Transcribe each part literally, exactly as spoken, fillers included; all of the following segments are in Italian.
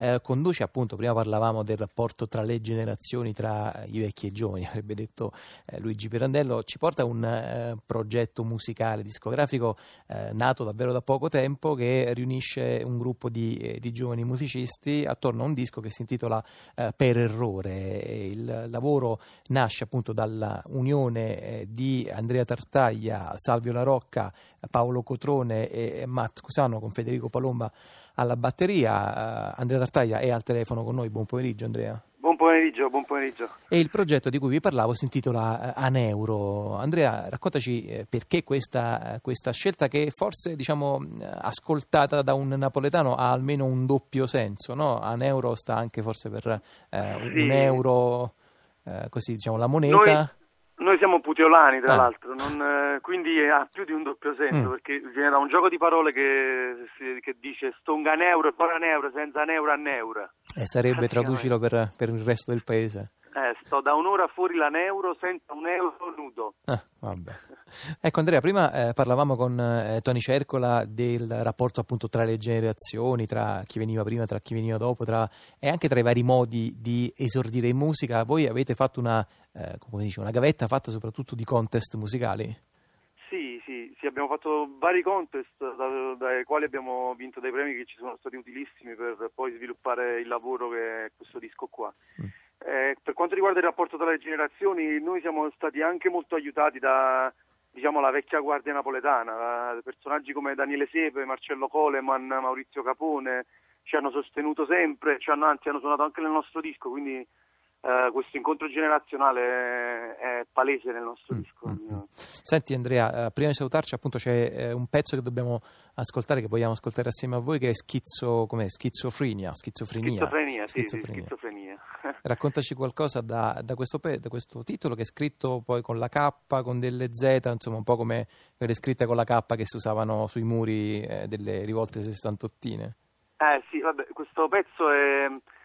eh, conduce appunto, prima parlavamo del rapporto tra le generazioni, tra i vecchi e i giovani, avrebbe detto eh, Luigi Pirandello, ci porta un eh, progetto musicale, discografico eh, nato davvero da poco tempo, che riunisce un gruppo di, eh, di giovani musicisti attorno a un disco che si intitola eh, Per Errore. Il lavoro nasce appunto dalla unione eh, di Andrea Tartaglia, Salvio La Rocca, Paolo Cotrone e Matt Cusano, con Federico Palomba alla batteria. uh, Andrea Tartaglia è al telefono con noi. Buon pomeriggio, Andrea. Buon pomeriggio, buon pomeriggio. E il progetto di cui vi parlavo si intitola uh, Aneuro. Andrea, raccontaci eh, perché questa, questa scelta, che forse, diciamo, ascoltata da un napoletano ha almeno un doppio senso, no? Aneuro sta anche forse per eh, sì. un euro, eh, così, diciamo, la moneta. Noi... Noi siamo puteolani, tra ah. l'altro, non, eh, quindi ha più di un doppio senso, mm. perché viene da un gioco di parole che, che dice stonga neuro e poi neuro, senza neuro a neuro. E sarebbe, traducilo per, per il resto del paese. Eh, sto da un'ora fuori la neuro senza un euro nudo. Ah, vabbè. Ecco, Andrea, prima eh, parlavamo con eh, Tony Cercola del rapporto appunto tra le generazioni, tra chi veniva prima, tra chi veniva dopo, tra, e anche tra i vari modi di esordire in musica. Voi avete fatto una, eh, come dice, una gavetta fatta soprattutto di contest musicali? Sì, sì, sì, abbiamo fatto vari contest da, dai quali abbiamo vinto dei premi che ci sono stati utilissimi per poi sviluppare il lavoro che è questo disco qua. Mm. Eh, per quanto riguarda il rapporto tra le generazioni, noi siamo stati anche molto aiutati da, diciamo, la vecchia guardia napoletana, da personaggi come Daniele Sepe, Marcello Coleman, Maurizio Capone, ci hanno sostenuto sempre, ci hanno, anzi hanno suonato anche nel nostro disco, quindi Uh, questo incontro generazionale è, è palese nel nostro disco. Mm-hmm. Senti Andrea, uh, prima di salutarci appunto c'è uh, un pezzo che dobbiamo ascoltare, che vogliamo ascoltare assieme a voi, che è schizzo, com'è? Schizofrenia, schizofrenia. Schizofrenia, sì, schizofrenia. Sì, schizofrenia. Raccontaci qualcosa da, da, questo pe- da questo titolo, che è scritto poi con la K, con delle Z, insomma un po' come quelle scritte con la K che si usavano sui muri eh, delle rivolte sessantottine. Eh sì, vabbè, questo pezzo è...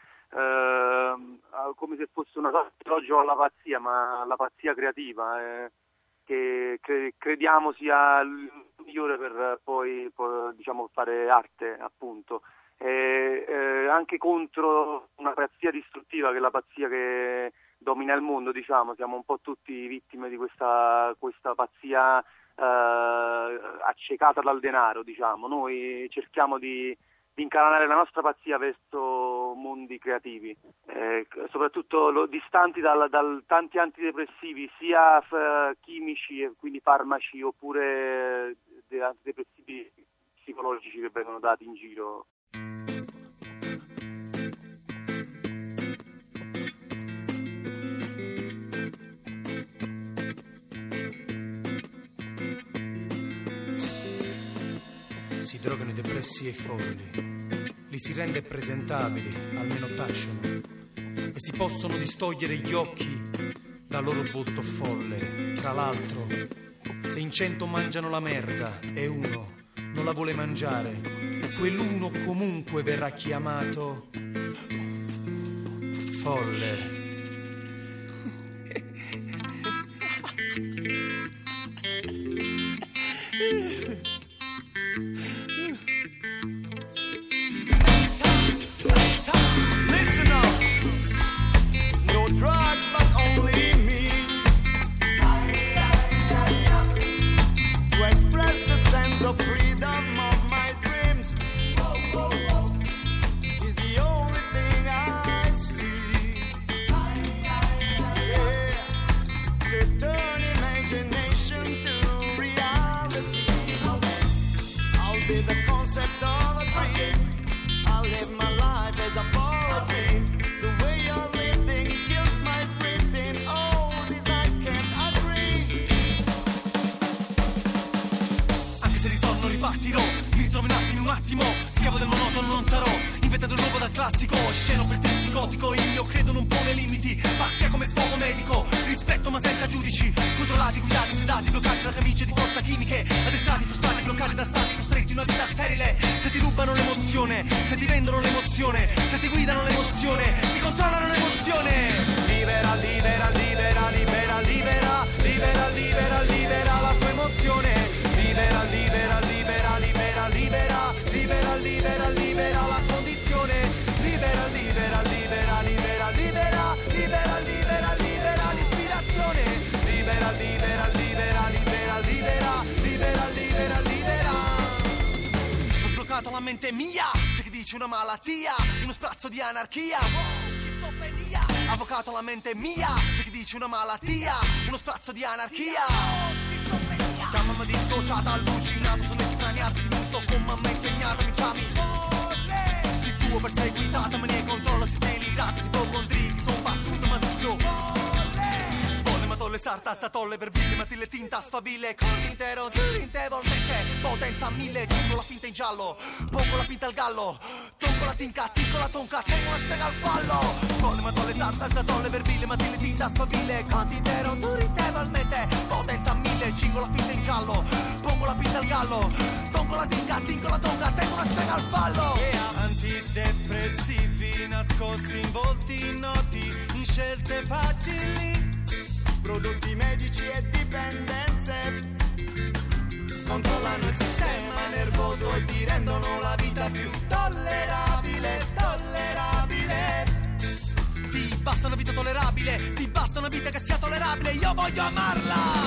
Uh, come se fosse una sorta di elogio alla pazzia, ma la pazzia creativa, eh, che cre- crediamo sia il migliore per poi, poi diciamo fare arte, appunto, e, eh, anche contro una pazzia distruttiva, che è la pazzia che domina il mondo, diciamo. Siamo un po' tutti vittime di questa, questa pazzia eh, accecata dal denaro, diciamo. Noi cerchiamo di di incanalare la nostra pazzia verso mondi creativi, eh, soprattutto lo, distanti dal, dal tanti antidepressivi, sia f, chimici, quindi farmaci, oppure de, antidepressivi psicologici che vengono dati in giro. Si drogano i depressi e i folli, li si rende presentabili, almeno tacciono, e si possono distogliere gli occhi dal loro volto folle. Tra l'altro, se in cento mangiano la merda e uno non la vuole mangiare, quell'uno comunque verrà chiamato folle. Listen up, no drugs but only me, to express the sense of freedom of my dreams, is the only thing I see, yeah, to turn imagination to reality. I'll be the concept of a dream, I'll live my life as a poetry. The way you're living kills my breathing. Oh, this I can't agree. Anche se ritorno ripartirò, mi ritrovo in attimo, in un attimo. Schiavo del monotono non sarò, inventato il nuovo dal classico. Sceno per te psicotico, il mio credo non pone limiti. Pazzia come sfogo medico, rispetto ma senza giudici. Controllati, guidati, sedati, bloccati da camicie di forza chimiche. Addestrati, frustrati, bloccati da stati costretti una vita sterile. Se ti rubano l'emozione, se ti vendono l'emozione, se ti guidano l'emozione, ti controllano l'emozione. Libera, libera, libera, libera, libera, libera, libera, libera la tua emozione. Libera, libera, libera, libera, libera, libera, libera, libera la condizione. Libera mente mia. C'è chi dice una malattia, uno sprazzo di anarchia. Schizofrenia. Avvocato la mente mia. C'è chi dice una malattia, uno sprazzo di anarchia. Chiamami dissociata, allucinato, sono estraniato, si non so come mi ha insegnato, mi chiami si tuo perseguitata, me ne controllo, si delirato, si ipocondrichi, son pazzuto, ma zio spolle, ma tolle sarta, sta tolle verbile, ma ti le tinta sfabile, con l'intero, intevolmente, potenza mille, cingo la finta in giallo, pongo la pinta al gallo, tonco la tinca, ticco la tonca, tengo la stega al fallo, spolle, ma tolle sarta, sta tolle verbile, ma ti le tinta sfabile, con l'intero, intevolmente, potenza mille, cingo la finta in giallo, pongo la pinta al gallo, tonco la tinca, tinco la tonca, tengo la stega al fallo. Yeah. Antidepressivi nascosti in volti noti, in scelte facili, prodotti medici e dipendenze, controllano il sistema nervoso e ti rendono la vita più tollerabile, tollerabile. Ti basta una vita tollerabile, ti basta una vita che sia tollerabile, io voglio amarla.